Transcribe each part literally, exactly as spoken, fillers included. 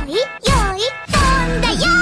いよい飛んだよ。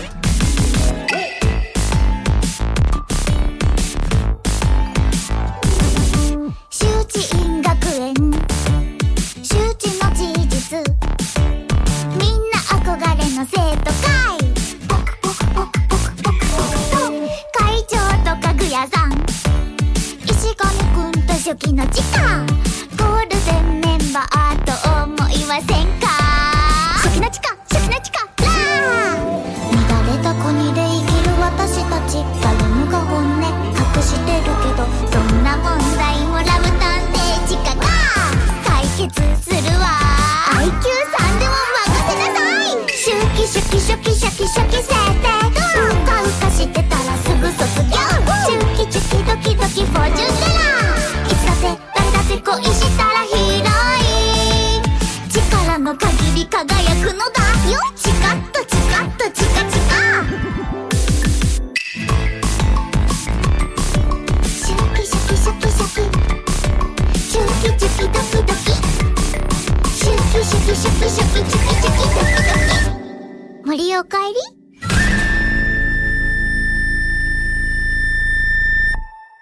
修知院学園周知の事実、みんな憧れの生徒会。ポクポクポクポクポクポクポク、会長とかぐやさん、石上くんと初期のチカ、ゴールデンメンバーと思いませんか。初期のチカ初期のチカラー、乱れた国で生きる私たち、誰もが本音隠してるけど、そんな問題もラブ探偵チカが解決するわ。 アイキューさん でも任せなさい。シュキシュキシュキシュキシュキ設定、うかうかしてたらすぐ卒業。シュキチュキドキドキフォーチュンテラー、いつだって誰だって恋したらヒーローイン、力の限り輝くのだよ。チカッとチカッとチカチカ、シュキシュキシュキシュキ、シュキチュキドキドキ、シュキシュキシュキシュキチュキチュキドキドキ。森おかえり。